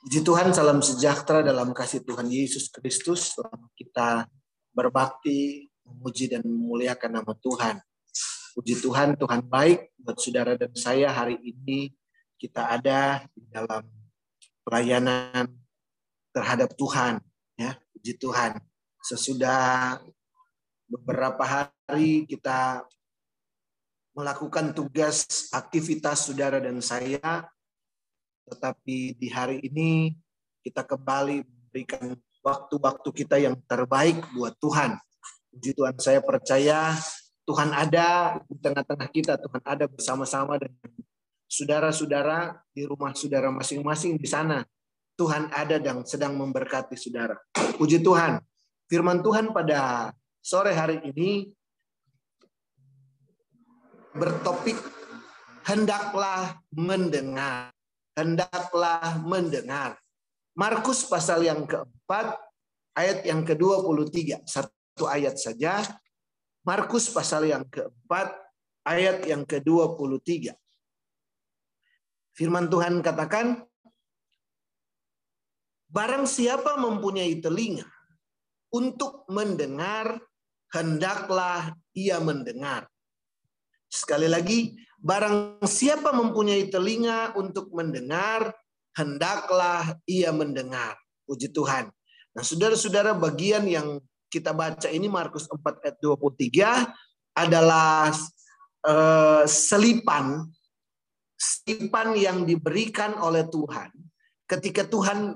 Puji Tuhan, salam sejahtera dalam kasih Tuhan Yesus Kristus. Selamat kita berbakti, memuji dan memuliakan nama Tuhan. Puji Tuhan, Tuhan baik buat saudara dan saya hari ini. Kita ada di dalam pelayanan terhadap Tuhan. Ya, puji Tuhan. Sesudah beberapa hari kita melakukan tugas aktivitas saudara dan saya, tetapi di hari ini kita kembali memberikan waktu-waktu kita yang terbaik buat Tuhan. Puji Tuhan, saya percaya Tuhan ada di tengah-tengah kita. Tuhan ada bersama-sama dengan saudara-saudara di rumah saudara masing-masing di sana. Tuhan ada dan sedang memberkati saudara. Puji Tuhan. Firman Tuhan pada sore hari ini bertopik hendaklah mendengar. Hendaklah mendengar. Markus pasal yang keempat, ayat yang ke-23. Satu ayat saja. Markus pasal yang keempat, ayat yang ke-23. Firman Tuhan katakan, barang siapa mempunyai telinga untuk mendengar, hendaklah ia mendengar. Sekali lagi, barang siapa mempunyai telinga untuk mendengar, hendaklah ia mendengar. Puji Tuhan. Nah, saudara-saudara, bagian yang kita baca ini Markus 4 ayat 23 adalah selipan yang diberikan oleh Tuhan ketika Tuhan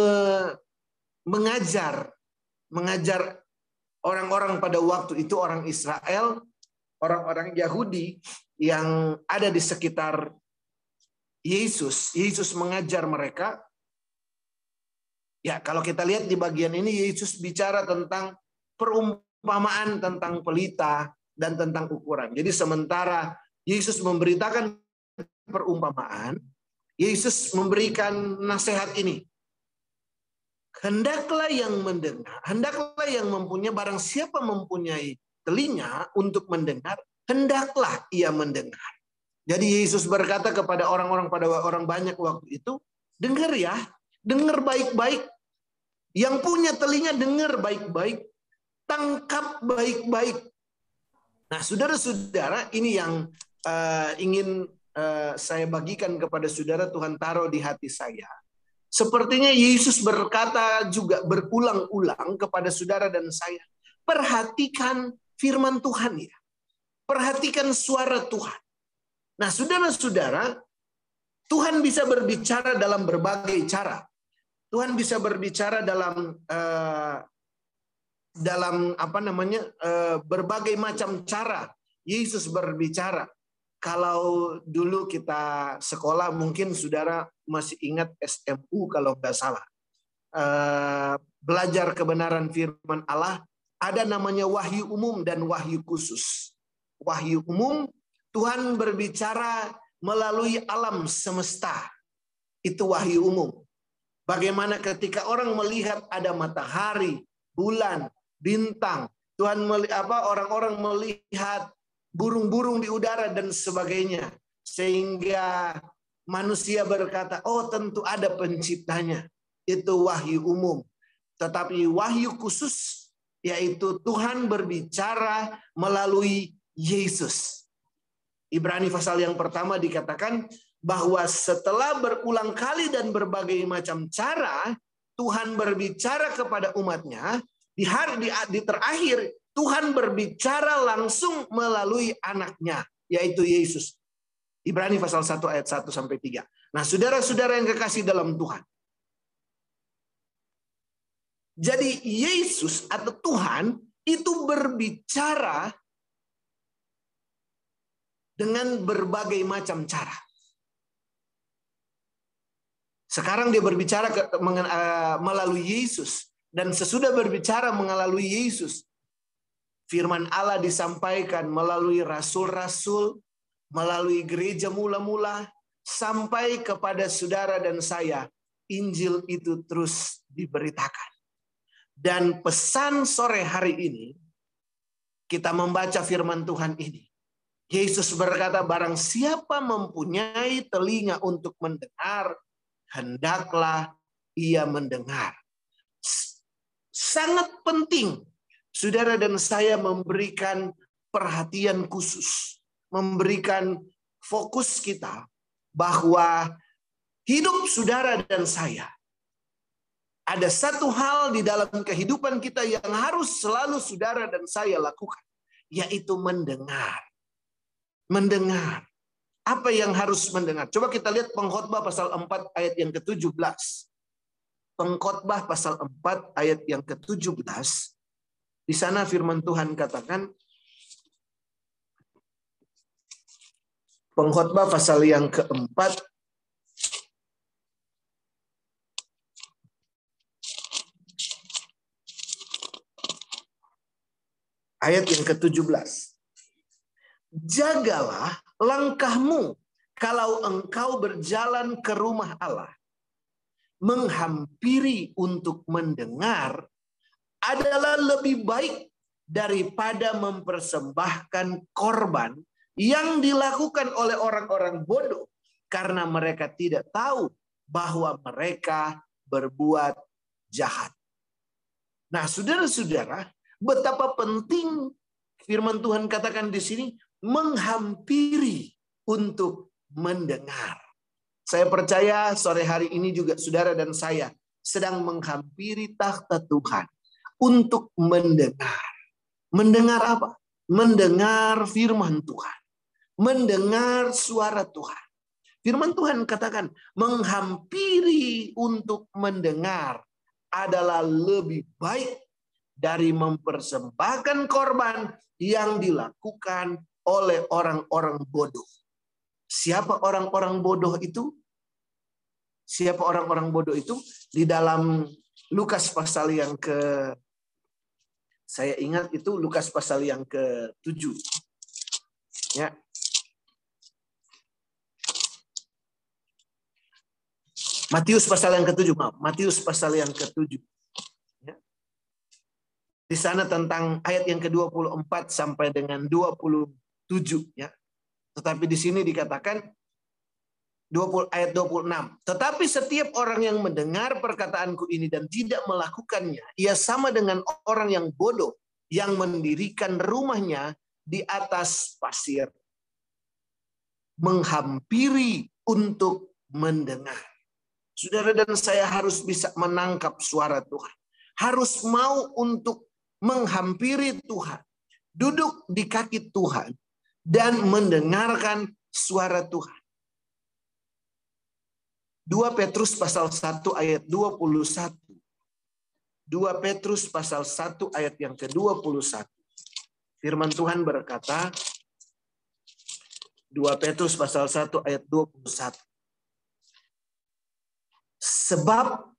mengajar orang-orang pada waktu itu, orang Israel, orang-orang Yahudi yang ada di sekitar Yesus. Yesus mengajar mereka. Ya, kalau kita lihat di bagian ini, Yesus bicara tentang perumpamaan tentang pelita dan tentang ukuran. Jadi sementara Yesus memberitakan perumpamaan, Yesus memberikan nasihat ini. Hendaklah yang mendengar, hendaklah yang mempunyai, barang siapa mempunyai telinga untuk mendengar, hendaklah ia mendengar. Jadi Yesus berkata kepada orang-orang, pada orang banyak waktu itu, dengar ya, dengar baik-baik. Yang punya telinga dengar baik-baik, tangkap baik-baik. Nah, saudara-saudara, ini yang ingin saya bagikan kepada saudara, Tuhan taruh di hati saya. Sepertinya Yesus berkata juga berulang-ulang kepada saudara dan saya, perhatikan firman Tuhan ya. Perhatikan suara Tuhan. Nah, saudara-saudara, Tuhan bisa berbicara dalam berbagai cara. Tuhan bisa berbicara dalam berbagai macam cara. Yesus berbicara. Kalau dulu kita sekolah, mungkin saudara masih ingat SMU kalau nggak salah. Belajar kebenaran firman Allah, ada namanya wahyu umum dan wahyu khusus. Wahyu umum, Tuhan berbicara melalui alam semesta. Itu wahyu umum. Bagaimana ketika orang melihat ada matahari, bulan, bintang, Tuhan orang-orang melihat burung-burung di udara dan sebagainya, sehingga manusia berkata, oh tentu ada penciptanya. Itu wahyu umum. Tetapi wahyu khusus, yaitu Tuhan berbicara melalui Yesus. Ibrani pasal yang pertama dikatakan bahwa setelah berulang kali dan berbagai macam cara Tuhan berbicara kepada umatnya, di hari terakhir Tuhan berbicara langsung melalui anaknya, yaitu Yesus. Ibrani pasal 1 ayat 1 sampai 3. Nah, saudara-saudara yang kekasih dalam Tuhan. Jadi Yesus atau Tuhan itu berbicara dengan berbagai macam cara. Sekarang dia berbicara melalui Yesus. Dan sesudah berbicara melalui Yesus, firman Allah disampaikan melalui rasul-rasul, melalui gereja mula-mula, sampai kepada saudara dan saya. Injil itu terus diberitakan. Dan pesan sore hari ini, kita membaca firman Tuhan ini. Yesus berkata, barang siapa mempunyai telinga untuk mendengar, hendaklah ia mendengar. Sangat penting saudara dan saya memberikan perhatian khusus, memberikan fokus kita bahwa hidup saudara dan saya, ada satu hal di dalam kehidupan kita yang harus selalu saudara dan saya lakukan, yaitu mendengar. Mendengar. Apa yang harus mendengar? Coba kita lihat Pengkhotbah pasal 4 ayat yang ke-17. Pengkhotbah pasal 4 ayat yang ke-17. Di sana firman Tuhan katakan, Pengkhotbah pasal yang ke-4 ayat yang ke-17. Jagalah langkahmu kalau engkau berjalan ke rumah Allah. Menghampiri untuk mendengar adalah lebih baik daripada mempersembahkan korban yang dilakukan oleh orang-orang bodoh, karena mereka tidak tahu bahwa mereka berbuat jahat. Nah, saudara-saudara, betapa penting firman Tuhan katakan di sini, menghampiri untuk mendengar. Saya percaya sore hari ini juga saudara dan saya sedang menghampiri takhta Tuhan untuk mendengar. Mendengar apa? Mendengar firman Tuhan. Mendengar suara Tuhan. Firman Tuhan katakan, menghampiri untuk mendengar adalah lebih baik dari mempersembahkan korban yang dilakukan oleh orang-orang bodoh. Siapa orang-orang bodoh itu? Siapa orang-orang bodoh itu? Di dalam Lukas pasal yang saya ingat itu Lukas pasal yang ke-7. Ya. Matius pasal yang ke-7, maaf. Matius pasal yang ke-7. Ya. Di sana tentang ayat yang ke-24 sampai dengan 27, ya. Tetapi di sini dikatakan ayat 26. Tetapi setiap orang yang mendengar perkataanku ini dan tidak melakukannya, ia sama dengan orang yang bodoh yang mendirikan rumahnya di atas pasir. Menghampiri untuk mendengar. Saudara dan saya harus bisa menangkap suara Tuhan. Harus mau untuk menghampiri Tuhan. Duduk di kaki Tuhan. Dan mendengarkan suara Tuhan. 2 Petrus pasal 1 ayat 21. 2 Petrus pasal 1 ayat yang ke-21. Firman Tuhan berkata, 2 Petrus pasal 1 ayat 21. Sebab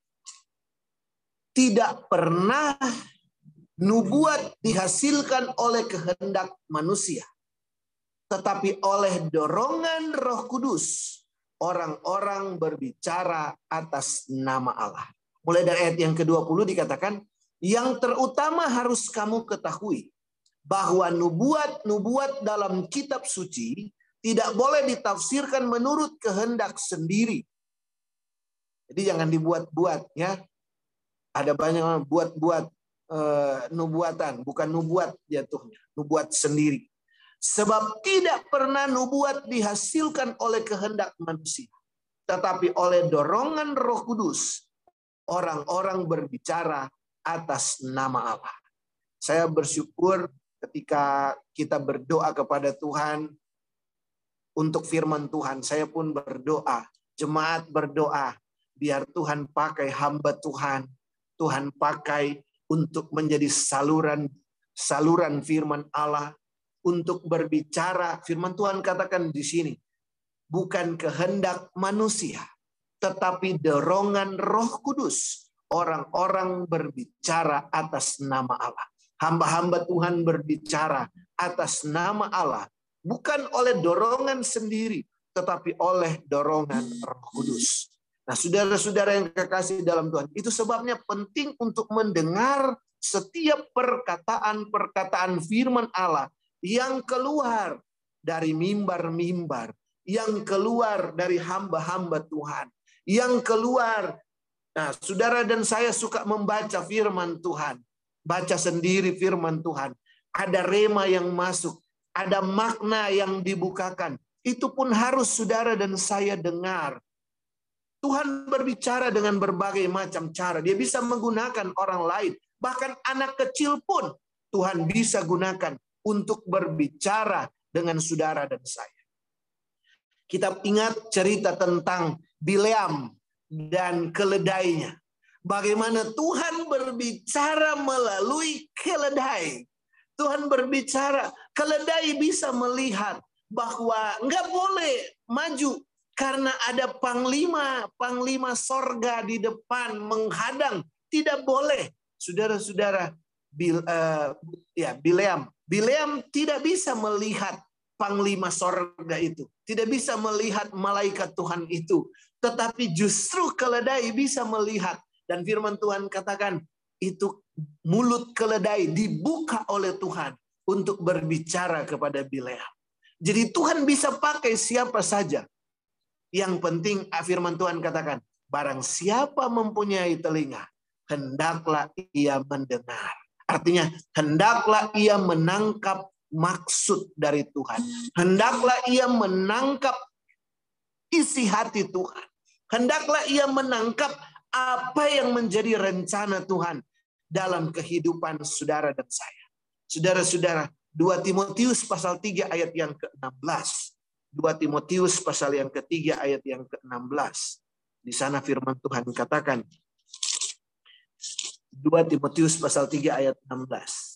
tidak pernah nubuat dihasilkan oleh kehendak manusia, tetapi oleh dorongan Roh Kudus orang-orang berbicara atas nama Allah. Mulai dari ayat yang ke-20 dikatakan, yang terutama harus kamu ketahui bahwa nubuat-nubuat dalam kitab suci tidak boleh ditafsirkan menurut kehendak sendiri. Jadi jangan dibuat-buat, ya. Ada banyak buat-buat nubuatan, bukan nubuat jatuhnya, nubuat sendiri. Sebab tidak pernah nubuat dihasilkan oleh kehendak manusia, tetapi oleh dorongan Roh Kudus orang-orang berbicara atas nama Allah. Saya bersyukur ketika kita berdoa kepada Tuhan untuk firman Tuhan. Saya pun berdoa, jemaat berdoa, biar Tuhan pakai hamba Tuhan. Tuhan pakai untuk menjadi saluran firman Allah. Untuk berbicara, firman Tuhan katakan di sini, bukan kehendak manusia, tetapi dorongan Roh Kudus. Orang-orang berbicara atas nama Allah. Hamba-hamba Tuhan berbicara atas nama Allah. Bukan oleh dorongan sendiri, tetapi oleh dorongan Roh Kudus. Nah, saudara-saudara yang kekasih dalam Tuhan, itu sebabnya penting untuk mendengar setiap perkataan-perkataan firman Allah yang keluar dari mimbar-mimbar, yang keluar dari hamba-hamba Tuhan, yang keluar Nah, saudara dan saya suka membaca firman Tuhan. Baca sendiri firman Tuhan. Ada rema yang masuk. Ada makna yang dibukakan. Itu pun harus saudara dan saya dengar. Tuhan berbicara dengan berbagai macam cara. Dia bisa menggunakan orang lain. Bahkan anak kecil pun Tuhan bisa gunakan untuk berbicara dengan saudara dan saya. Kita ingat cerita tentang Bileam dan keledainya. Bagaimana Tuhan berbicara melalui keledai. Tuhan berbicara, keledai bisa melihat bahwa nggak boleh maju karena ada panglima sorga di depan menghadang. Tidak boleh, saudara-saudara. Bileam tidak bisa melihat panglima sorga itu. Tidak bisa melihat malaikat Tuhan itu. Tetapi justru keledai bisa melihat. Dan firman Tuhan katakan, itu mulut keledai dibuka oleh Tuhan untuk berbicara kepada Bileam. Jadi Tuhan bisa pakai siapa saja. Yang penting firman Tuhan katakan, barang siapa mempunyai telinga, hendaklah ia mendengar. Artinya, hendaklah ia menangkap maksud dari Tuhan. Hendaklah ia menangkap isi hati Tuhan. Hendaklah ia menangkap apa yang menjadi rencana Tuhan dalam kehidupan saudara dan saya. Saudara-saudara, 2 Timotius pasal 3 ayat yang ke-16. 2 Timotius pasal yang ketiga ayat yang ke-16. Di sana firman Tuhan katakan, 2 Timotius pasal 3 ayat 16.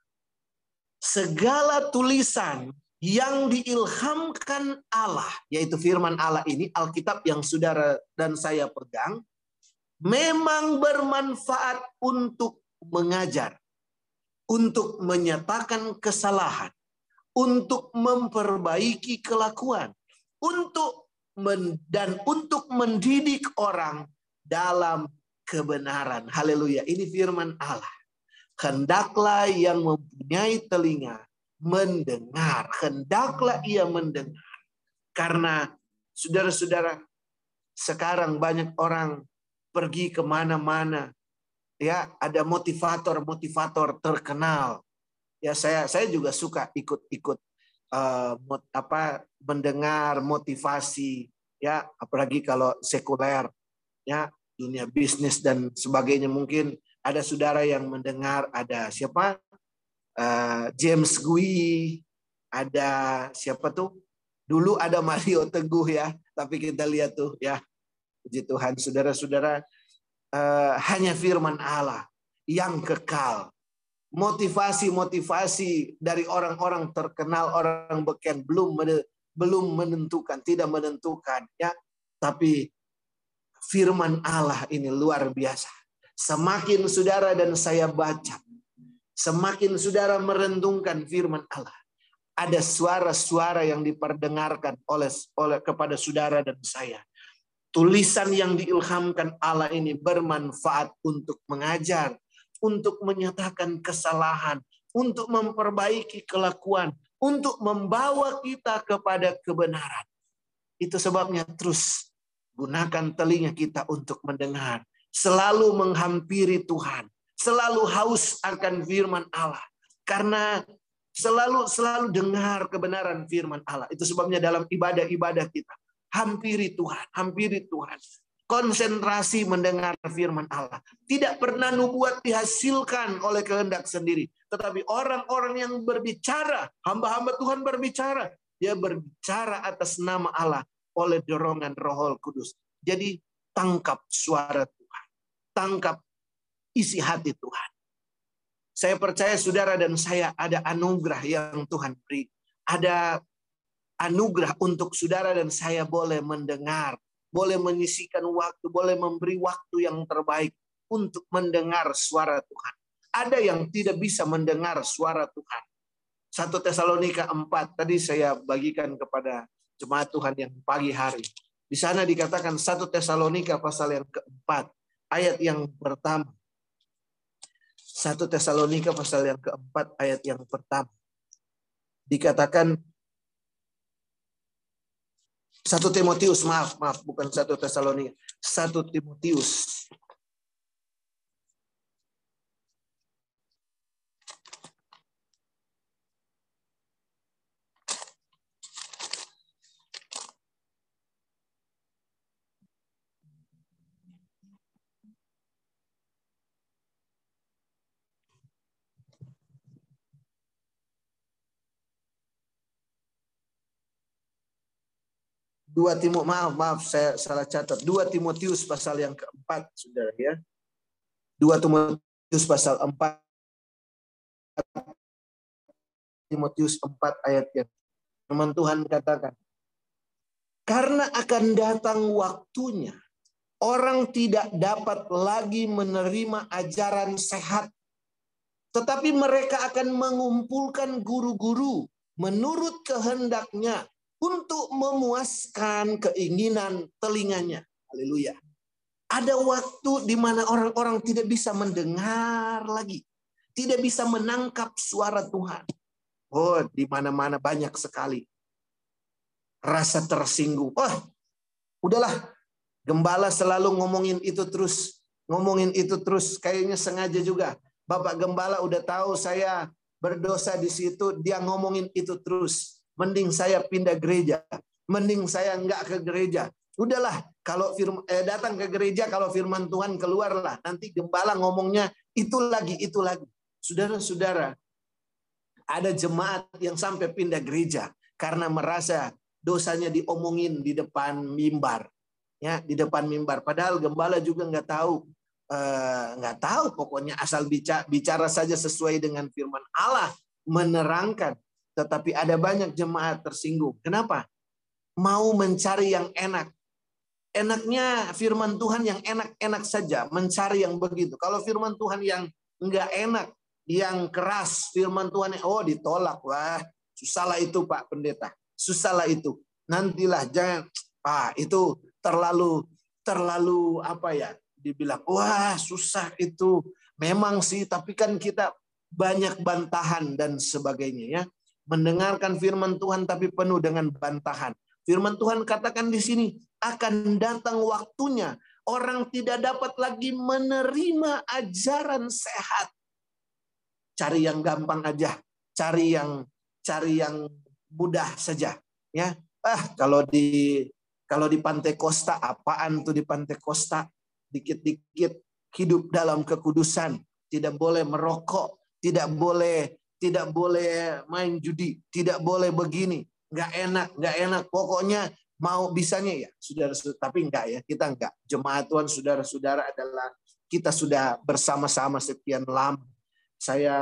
Segala tulisan yang diilhamkan Allah, yaitu firman Allah ini, Alkitab yang saudara dan saya pegang, memang bermanfaat untuk mengajar, untuk menyatakan kesalahan, untuk memperbaiki kelakuan, untuk mendidik orang dalam kebenaran. Haleluya. Ini firman Allah. Hendaklah yang mempunyai telinga mendengar. Hendaklah ia mendengar. Karena saudara-saudara, sekarang banyak orang pergi kemana-mana. Ya, ada motivator terkenal. Ya, saya juga suka ikut mendengar motivasi. Ya, apalagi kalau sekuler. Ya, dunia bisnis dan sebagainya. Mungkin ada saudara yang mendengar, ada siapa? James Gui, ada siapa tuh? Dulu ada Mario Teguh ya, tapi kita lihat tuh ya, puji Tuhan, saudara-saudara, hanya firman Allah yang kekal. Motivasi dari orang-orang terkenal, orang beken belum menentukan, tidak menentukan ya, tapi firman Allah ini luar biasa. Semakin saudara dan saya baca, semakin saudara merenungkan firman Allah, ada suara-suara yang diperdengarkan oleh kepada saudara dan saya. Tulisan yang diilhamkan Allah ini bermanfaat untuk mengajar, untuk menyatakan kesalahan, untuk memperbaiki kelakuan, untuk membawa kita kepada kebenaran. Itu sebabnya terus gunakan telinga kita untuk mendengar. Selalu menghampiri Tuhan. Selalu haus akan firman Allah. Karena selalu dengar kebenaran firman Allah. Itu sebabnya dalam ibadah-ibadah kita, hampiri Tuhan, hampiri Tuhan. Konsentrasi mendengar firman Allah. Tidak pernah nubuat dihasilkan oleh kehendak sendiri. Tetapi orang-orang yang berbicara, hamba-hamba Tuhan berbicara. Dia berbicara atas nama Allah oleh dorongan Roh Kudus. Jadi tangkap suara Tuhan. Tangkap isi hati Tuhan. Saya percaya saudara dan saya ada anugerah yang Tuhan beri. Ada anugerah untuk saudara dan saya boleh mendengar, boleh menyisihkan waktu, boleh memberi waktu yang terbaik untuk mendengar suara Tuhan. Ada yang tidak bisa mendengar suara Tuhan. 1 Tesalonika 4 tadi saya bagikan kepada jemaat Tuhan yang pagi hari. Di sana dikatakan 1 Tesalonika pasal yang keempat, ayat yang pertama. 1 Tesalonika pasal yang keempat, ayat yang pertama. Dikatakan 1 Timotius, maaf, bukan 1 Tesalonika. 1 Timotius Maaf, saya salah catat. 2 Timotius pasal yang keempat, saudara ya. 2 Timotius pasal 4. Timotius 4 ayat yang firman Tuhan katakan, karena akan datang waktunya, orang tidak dapat lagi menerima ajaran sehat, tetapi mereka akan mengumpulkan guru-guru menurut kehendaknya untuk memuaskan keinginan telinganya. Haleluya. Ada waktu di mana orang-orang tidak bisa mendengar lagi, tidak bisa menangkap suara Tuhan. Oh, di mana-mana banyak sekali rasa tersinggung. Oh, udahlah, gembala selalu ngomongin itu terus, kayaknya sengaja juga. Bapak gembala udah tahu saya berdosa di situ, dia ngomongin itu terus. Mending saya pindah gereja, mending saya enggak ke gereja. Udahlah, kalau datang ke gereja, kalau firman Tuhan keluarlah, nanti gembala ngomongnya itu lagi. Saudara-saudara, ada jemaat yang sampai pindah gereja karena merasa dosanya diomongin di depan mimbar. Ya, di depan mimbar. Padahal gembala juga nggak tahu, pokoknya asal bicara saja sesuai dengan firman Allah, menerangkan. Tetapi ada banyak jemaat tersinggung. Kenapa? Mau mencari yang enak. Enaknya firman Tuhan yang enak-enak saja, mencari yang begitu. Kalau firman Tuhan yang nggak enak, yang keras, firman Tuhan, ditolak. Wah, susahlah itu Pak Pendeta. Susahlah itu. Nantilah, jangan. Itu terlalu apa ya, dibilang wah susah itu. Memang sih, tapi kan kita banyak bantahan dan sebagainya ya. Mendengarkan firman Tuhan tapi penuh dengan bantahan. Firman Tuhan katakan di sini, akan datang waktunya orang tidak dapat lagi menerima ajaran sehat. Cari yang gampang aja, cari yang mudah saja ya. Kalau di Pantai Kosta, apaan tuh di Pantai Kosta? Dikit-dikit hidup dalam kekudusan, tidak boleh merokok, tidak boleh main judi, tidak boleh begini, nggak enak. Pokoknya mau bisanya ya, saudara-saudara. Tapi enggak ya, kita enggak. Jemaat Tuhan, saudara-saudara adalah kita sudah bersama-sama sekian lama. Saya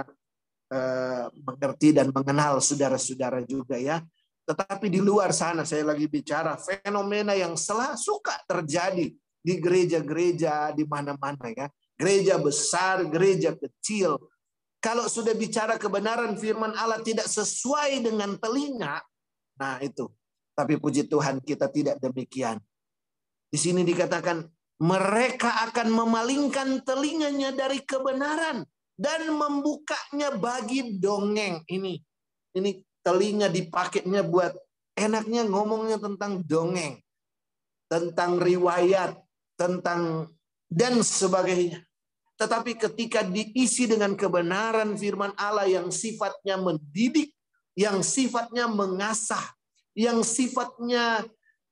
mengerti dan mengenal saudara-saudara juga ya. Tetapi di luar sana saya lagi bicara fenomena yang suka terjadi di gereja-gereja di mana-mana ya. Gereja besar, gereja kecil. Kalau sudah bicara kebenaran firman Allah tidak sesuai dengan telinga, nah itu. Tapi puji Tuhan kita tidak demikian. Di sini dikatakan mereka akan memalingkan telinganya dari kebenaran dan membukanya bagi dongeng. Ini telinga dipakainya buat enaknya ngomongnya tentang dongeng, tentang riwayat, tentang dan sebagainya. Tetapi ketika diisi dengan kebenaran firman Allah yang sifatnya mendidik, yang sifatnya mengasah, yang sifatnya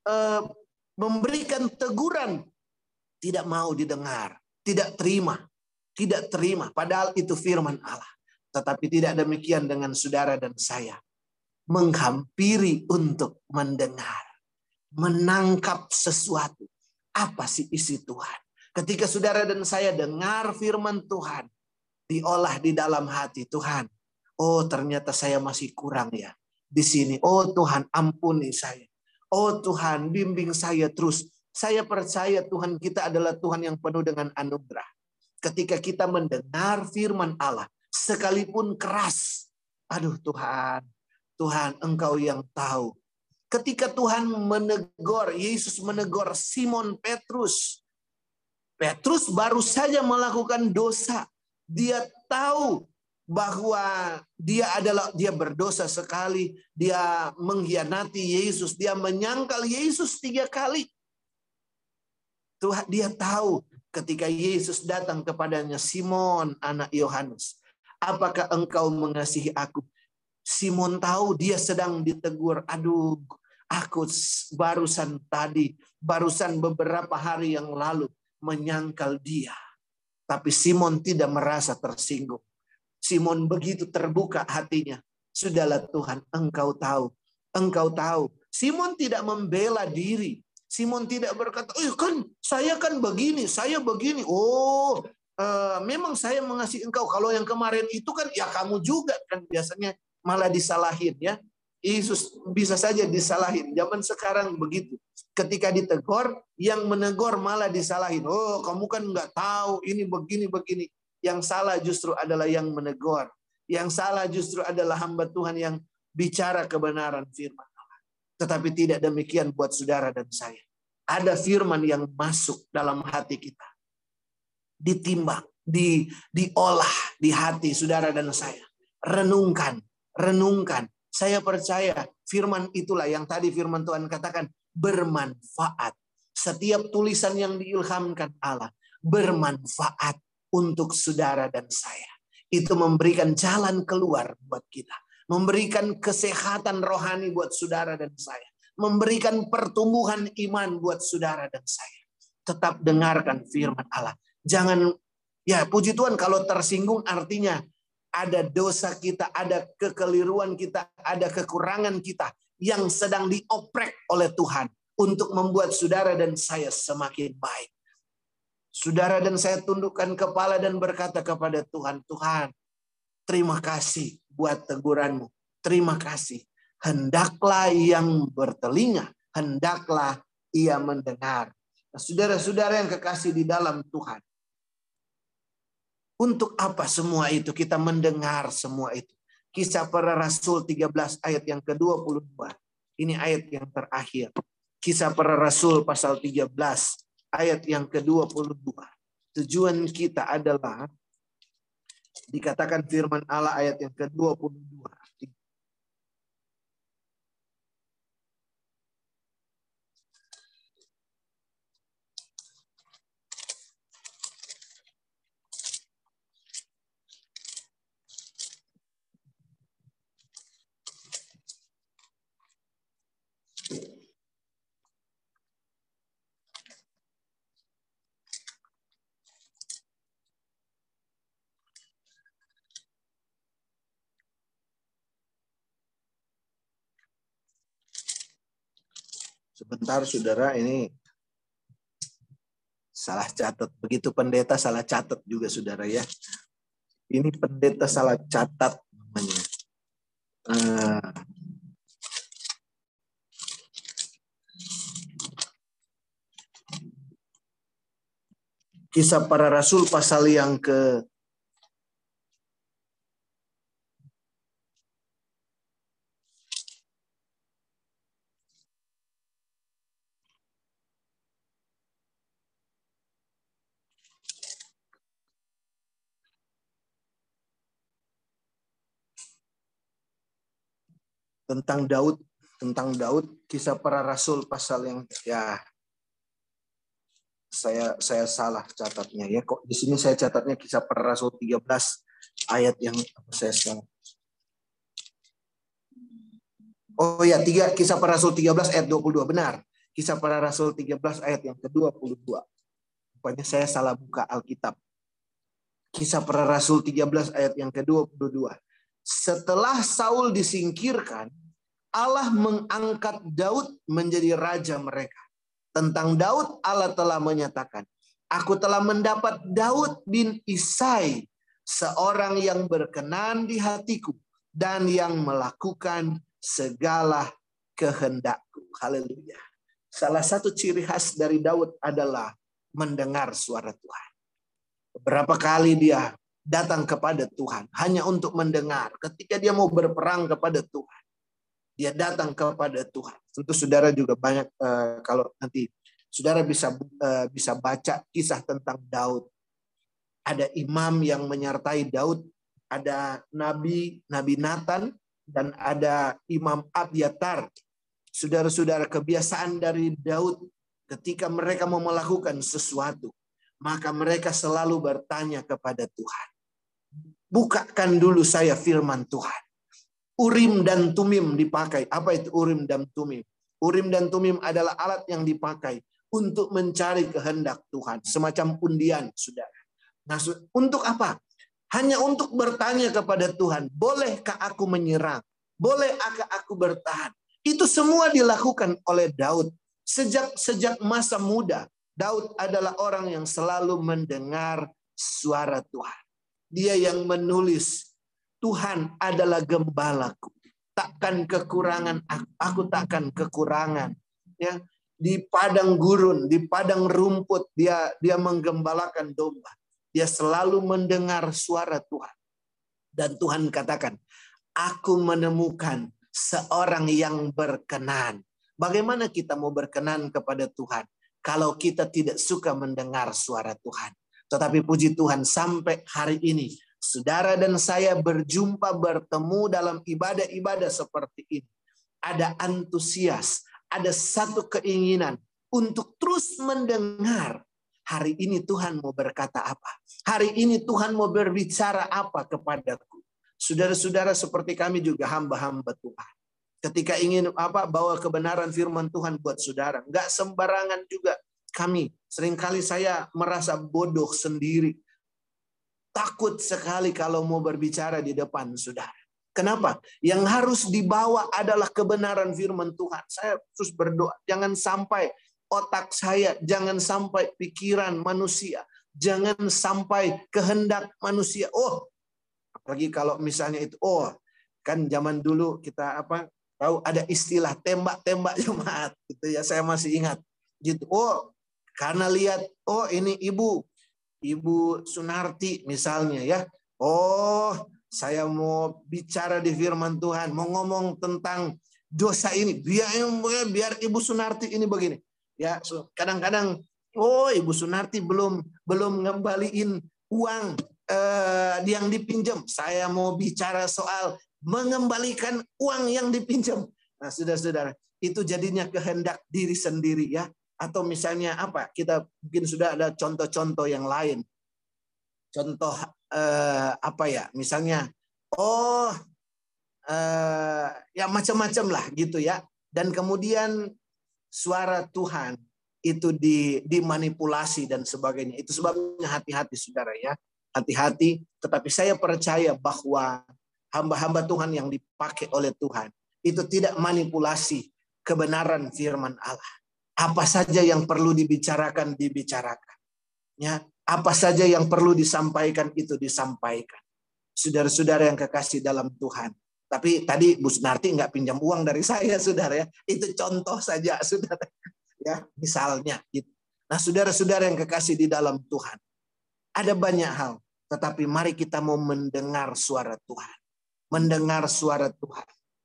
memberikan teguran, tidak mau didengar, tidak terima. Padahal itu firman Allah. Tetapi tidak demikian dengan saudara dan saya. Menghampiri untuk mendengar, menangkap sesuatu. Apa sih isi Tuhan? Ketika saudara dan saya dengar firman Tuhan, diolah di dalam hati Tuhan. Oh, ternyata saya masih kurang ya di sini. Oh Tuhan, ampuni saya. Oh Tuhan, bimbing saya terus. Saya percaya Tuhan kita adalah Tuhan yang penuh dengan anugerah. Ketika kita mendengar firman Allah, sekalipun keras, aduh Tuhan Engkau yang tahu. Ketika Tuhan Yesus menegur Simon Petrus. Petrus baru saja melakukan dosa. Dia tahu bahwa dia berdosa sekali. Dia mengkhianati Yesus. Dia menyangkal Yesus 3 kali. Tuhan, dia tahu ketika Yesus datang kepadanya, Simon anak Yohanes, apakah engkau mengasihi aku? Simon tahu dia sedang ditegur. Aduh, aku barusan beberapa hari yang lalu menyangkal dia. Tapi Simon tidak merasa tersinggung. Simon begitu terbuka hatinya. Sudahlah Tuhan, engkau tahu Engkau tahu. Simon tidak membela diri. Simon tidak berkata, kan saya kan begini, saya begini. Memang saya mengasihi engkau. Kalau yang kemarin itu kan ya kamu juga kan, biasanya malah disalahin ya. Yesus bisa saja disalahin. Zaman sekarang begitu. Ketika ditegur, yang menegur malah disalahin. Oh, kamu kan nggak tahu ini begini-begini. Yang salah justru adalah yang menegur. Yang salah justru adalah hamba Tuhan yang bicara kebenaran firman Allah. Tetapi tidak demikian buat saudara dan saya. Ada firman yang masuk dalam hati kita. Ditimbang, diolah di hati saudara dan saya. Renungkan. Saya percaya firman itulah yang tadi firman Tuhan katakan bermanfaat. Setiap tulisan yang diilhamkan Allah bermanfaat untuk saudara dan saya. Itu memberikan jalan keluar buat kita. Memberikan kesehatan rohani buat saudara dan saya. Memberikan pertumbuhan iman buat saudara dan saya. Tetap dengarkan firman Allah. Jangan, ya puji Tuhan kalau tersinggung artinya ada dosa kita, ada kekeliruan kita, ada kekurangan kita yang sedang dioprek oleh Tuhan untuk membuat saudara dan saya semakin baik. Saudara dan saya tundukkan kepala dan berkata kepada Tuhan, Tuhan, terima kasih buat teguranmu. Terima kasih. Hendaklah yang bertelinga, hendaklah ia mendengar. Nah, saudara-saudara yang kekasih di dalam Tuhan. Untuk apa semua itu? Kita mendengar semua itu. Kisah Para Rasul 13 ayat yang ke-22. Ini ayat yang terakhir. Kisah Para Rasul pasal 13 ayat yang ke-22. Tujuan kita adalah dikatakan firman Allah ayat yang ke-22. Sebentar saudara, ini salah catat. Begitu pendeta salah catat juga saudara ya. Ini pendeta salah catat namanya. Kisah Para Rasul pasal yang ke tentang Daud, Kisah Para Rasul pasal yang ya saya salah catatnya ya. Kok di sini saya catatnya Kisah Para Rasul 13 ayat yang saya salah. Oh ya, Kisah Para Rasul 13 ayat 22 benar. Kisah Para Rasul 13 ayat yang ke-22. Pokoknya saya salah buka Alkitab. Kisah Para Rasul 13 ayat yang ke-22. Setelah Saul disingkirkan, Allah mengangkat Daud menjadi raja mereka. Tentang Daud, Allah telah menyatakan, aku telah mendapat Daud bin Isai, seorang yang berkenan di hatiku dan yang melakukan segala kehendakku. Haleluya. Salah satu ciri khas dari Daud adalah mendengar suara Tuhan. Beberapa kali dia datang kepada Tuhan hanya untuk mendengar. Ketika dia mau berperang kepada Tuhan, dia datang kepada Tuhan. Tentu saudara juga banyak kalau nanti saudara bisa baca kisah tentang Daud. Ada imam yang menyertai Daud, ada Nabi Nathan, dan ada Imam Abiatar. Saudara-saudara, kebiasaan dari Daud ketika mereka mau melakukan sesuatu, maka mereka selalu bertanya kepada Tuhan. Bukakan dulu saya firman Tuhan. Urim dan Tumim dipakai. Apa itu Urim dan Tumim? Urim dan Tumim adalah alat yang dipakai untuk mencari kehendak Tuhan. Semacam undian, saudara. Nah, untuk apa? Hanya untuk bertanya kepada Tuhan, bolehkah aku menyerang? Bolehkah aku bertahan? Itu semua dilakukan oleh Daud. Sejak masa muda, Daud adalah orang yang selalu mendengar suara Tuhan. Dia yang menulis, Tuhan adalah gembalaku, takkan kekurangan, aku takkan kekurangan. Ya, di padang gurun, di padang rumput, dia menggembalakan domba. Dia selalu mendengar suara Tuhan. Dan Tuhan katakan, aku menemukan seorang yang berkenan. Bagaimana kita mau berkenan kepada Tuhan kalau kita tidak suka mendengar suara Tuhan? Tetapi puji Tuhan, sampai hari ini saudara dan saya bertemu dalam ibadah-ibadah seperti ini. Ada antusias, ada satu keinginan untuk terus mendengar. Hari ini Tuhan mau berkata apa? Hari ini Tuhan mau berbicara apa kepadaku? Saudara-saudara seperti kami juga hamba-hamba Tuhan. Ketika ingin bawa kebenaran firman Tuhan buat saudara, nggak sembarangan juga kami. Seringkali saya merasa bodoh sendiri. Takut sekali kalau mau berbicara di depan saudara. Kenapa? Yang harus dibawa adalah kebenaran firman Tuhan. Saya terus berdoa, jangan sampai otak saya, jangan sampai pikiran manusia, jangan sampai kehendak manusia. Apalagi kalau misalnya itu, kan zaman dulu kita tahu ada istilah tembak-tembak jemaat gitu ya, saya masih ingat gitu. Karena lihat ini Ibu Sunarti misalnya ya. Saya mau bicara di firman Tuhan, mau ngomong tentang dosa ini, biar Ibu Sunarti ini begini. Ya, kadang-kadang Ibu Sunarti belum ngembaliin uang yang dipinjam. Saya mau bicara soal mengembalikan uang yang dipinjam. Nah, saudara-saudara, itu jadinya kehendak diri sendiri ya. Atau misalnya kita mungkin sudah ada contoh-contoh yang lain. Contoh misalnya ya macam-macam lah gitu ya. Dan kemudian suara Tuhan itu dimanipulasi dan sebagainya. Itu sebabnya hati-hati saudara ya. Hati-hati, tetapi saya percaya bahwa hamba-hamba Tuhan yang dipakai oleh Tuhan itu tidak manipulasi kebenaran firman Allah. Apa saja yang perlu dibicarakan, dibicarakan. Ya, apa saja yang perlu disampaikan, itu disampaikan. Saudara-saudara yang kekasih dalam Tuhan. Tapi tadi Bu Sunarti nggak pinjam uang dari saya, saudara ya. Itu contoh saja, saudara. Ya, misalnya gitu. Nah, saudara-saudara yang kekasih di dalam Tuhan. Ada banyak hal, tetapi mari kita mau mendengar suara Tuhan. Mendengar suara Tuhan.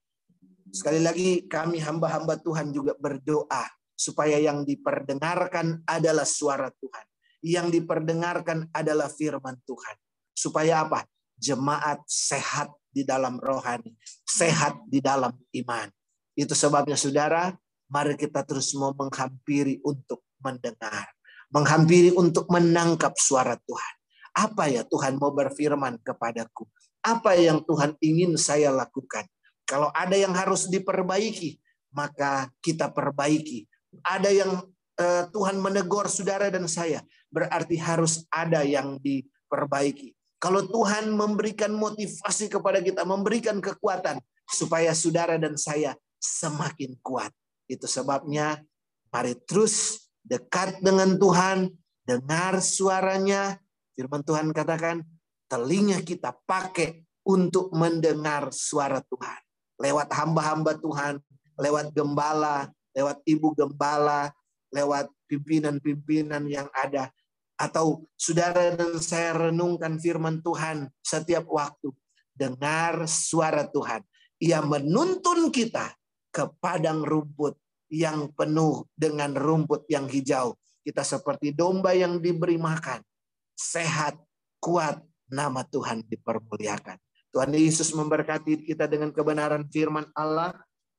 Sekali lagi kami hamba-hamba Tuhan juga berdoa supaya yang diperdengarkan adalah suara Tuhan. Yang diperdengarkan adalah firman Tuhan. Supaya apa? Jemaat sehat di dalam rohani, sehat di dalam iman. Itu sebabnya saudara, mari kita terus mau menghampiri untuk mendengar. Menghampiri untuk menangkap suara Tuhan. Apa ya Tuhan mau berfirman kepadaku? Apa yang Tuhan ingin saya lakukan? Kalau ada yang harus diperbaiki, maka kita perbaiki. Ada yang Tuhan menegur saudara dan saya, berarti harus ada yang diperbaiki. Kalau Tuhan memberikan motivasi kepada kita, memberikan kekuatan, supaya saudara dan saya semakin kuat. Itu sebabnya, mari terus dekat dengan Tuhan, dengar suaranya. Firman Tuhan katakan, telinga kita pakai untuk mendengar suara Tuhan. Lewat hamba-hamba Tuhan, lewat gembala, lewat ibu gembala, lewat pimpinan-pimpinan yang ada. Atau saudara dan saya renungkan firman Tuhan setiap waktu. Dengar suara Tuhan. Ia menuntun kita ke padang rumput yang penuh dengan rumput yang hijau. Kita seperti domba yang diberi makan. Sehat, kuat, nama Tuhan dipermuliakan. Tuhan Yesus memberkati kita dengan kebenaran firman Allah.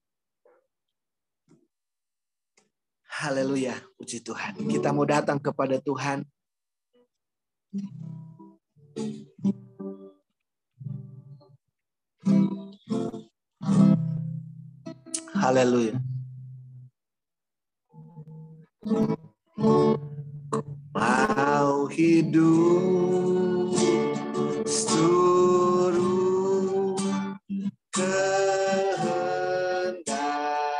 Haleluya, puji Tuhan. Kita mau datang kepada Tuhan. Haleluya. Mau hidup seluruh kehendak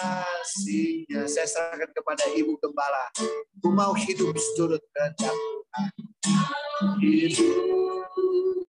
kasih-Nya. Saya serahkan kepada Ibu Gembala. Aku mau hidup sudut kehendak Tuhan. Hidup